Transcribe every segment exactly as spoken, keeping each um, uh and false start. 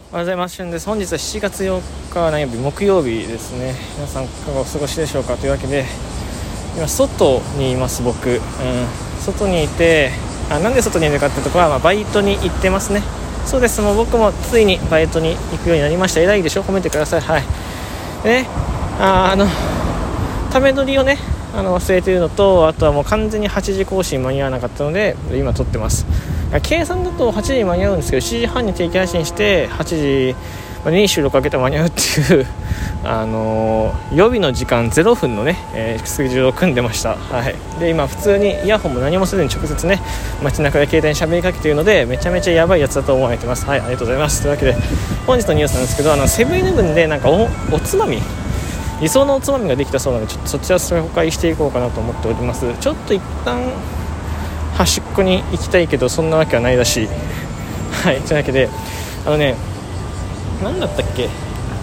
おはようございます。しゅんです。本日はしちがつよっか何曜日、木曜日ですね。皆さんいかがお過ごしでしょうか。というわけで今外にいます。僕、うん、外にいて、あなんで外にいるかってところは、まあ、バイトに行ってますね。そうです。もう僕もついにバイトに行くようになりました。偉いでしょ、褒めてください。はい。でね、ああのため撮りをねあの忘れているのと、あとはもう完全にはちじ更新間に合わなかったので今撮ってます。計算だとはちじに間に合うんですけど、しちじはんに定期配信してはちじに収録かけて間に合うっていうあのー、予備の時間ゼロふんのね、えー、スケジュールを組んでました。はい。で今普通にイヤホンも何もせずに直接ね街中で携帯に喋りかけているので、めちゃめちゃやばいやつだと思われてます。はい、ありがとうございます。というわけで本日のニュースなんですけど、あのセブンイレブンでなんか お, おつまみ理想のおつまみができたそうなので、ちょっとそちら紹介していこうかなと思っております。ちょっと一旦端っこに行きたいけどそんなわけはないらしい。はい。というわけであのねなんだったっけ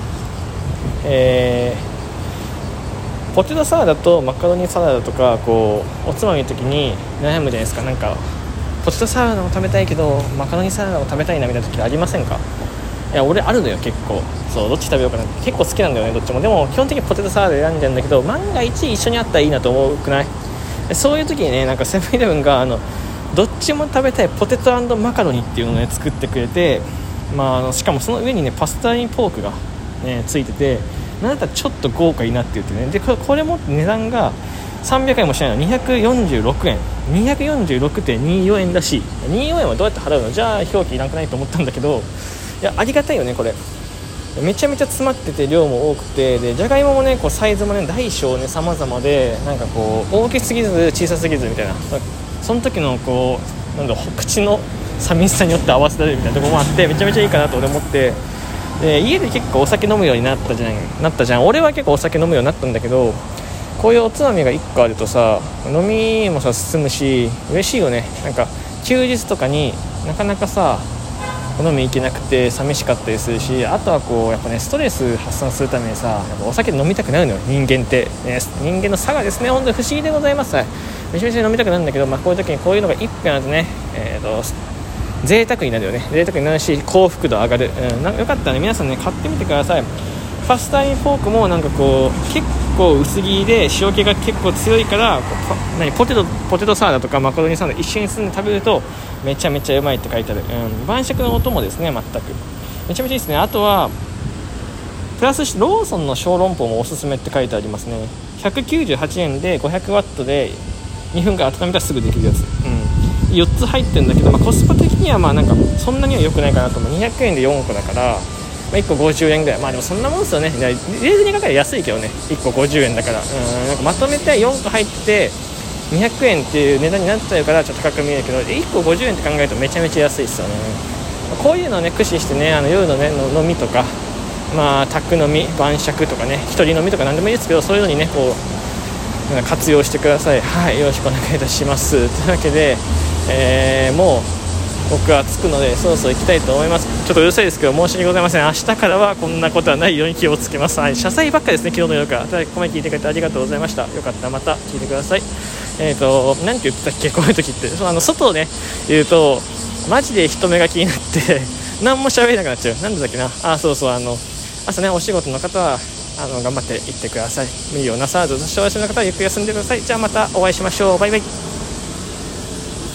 えー、ポテトサラダとマカロニサラダとかこうおつまみの時に悩むじゃないですか。なんかポテトサラダも食べたいけどマカロニサラダも食べたいなみたいな時ありませんか？いや俺あるのよ結構。そうどっち食べようかなって結構好きなんだよねどっちも。でも基本的にポテトサラダ選んじゃうんだけど、万が一一緒にあったらいいなと思うくない？そういう時にねなんかセブンイレブンがあのどっちも食べたいポテト&マカロニっていうのをね作ってくれて、まあ、あのしかもその上にねパスタインポークが、ね、ついてて、なんだったらちょっと豪華になって言ってね。でこれも値段がさんびゃくえんもしないのにひゃくよんじゅうろくえんにひゃくよんじゅうろくてんにじゅうよんえんらしい。にじゅうよんえんはどうやって払うの？じゃあ表記いらんくないと思ったんだけど、いやありがたいよねこれ。めちゃめちゃ詰まってて量も多くて、でじゃがいももねこうサイズもね大小ね様々で、なんかこう大きすぎず小さすぎずみたいな、その時のこうなんだ口の寂しさによって合わせられるみたいなところもあって、めちゃめちゃいいかなと俺思って、で家で結構お酒飲むようになったじゃんなったじゃん俺は結構お酒飲むようになったんだけど、こういうおつまみがいっこあるとさ飲みもさ進むし嬉しいよね。なんか休日とかになかなかさ飲み行けなくて寂しかったりするし、あとはこうやっぱねストレス発散するためにさやっぱお酒飲みたくなるのよ人間って、ね、人間の差がですね本当に不思議でございます。めちゃめちゃ飲みたくなるんだけど、まあ、こういう時にこういうのがいっぺんあるとね、えーと贅沢になるよね。贅沢になるし幸福度上がる、うん、なんかよかったらね皆さんね買ってみてください。パスタインポークもなんかこう結構薄切りで塩気が結構強いから、こう何ポテトポテトサラダとかマカロニサラダ一緒に包んで食べるとめちゃめちゃうまいって書いてある、うん、晩酌のお供ですね。全くめちゃめちゃいいですね。あとはプラスローソンの小籠包もおすすめって書いてありますね。ひゃくきゅうじゅうはちえんでごひゃくワットでにふんかん温めたらすぐできるやつ、うん、よっつ入ってるんだけど、まあ、コスパ的にはまあなんかそんなには良くないかなと思う。にひゃくえんでよんこだから、まあ、いっこごじゅうえんぐらい。まあでもそんなもんですよね。レーズにかかり安いけどねいっこごじゅうえんだから、うんなんかまとめてよんこ入ってにひゃくえんっていう値段になっちゃうからちょっと高く見えるけど、いっこごじゅうえんって考えるとめちゃめちゃ安いですよね。こういうのをね駆使してねあの夜のねの飲みとか、まあ宅飲み晩酌とかね一人飲みとか何でもいいですけど、そういうのにねこうなんか活用してください。はい、よろしくお願いいたします。というわけで、えー、もう僕は着くのでそろそろ行きたいと思います。ちょっとうるさいですけど申し訳ございません。明日からはこんなことはないように気をつけます。はい、謝罪ばっかりですね昨日の夜から。ただここまで聞いてくれてありがとうございました。よかったらまた聞いてください。えーとなんて言ってたっけこういう時って。そうあの外をね言うとマジで人目が気になって何も喋れなくなっちゃう。なんでだっけなあそうそうあの朝ねお仕事の方はあの頑張って行ってください。無理をなさらず、そしてお休みの方はゆっくり休んでください。じゃあまたお会いしましょう。バイバイ。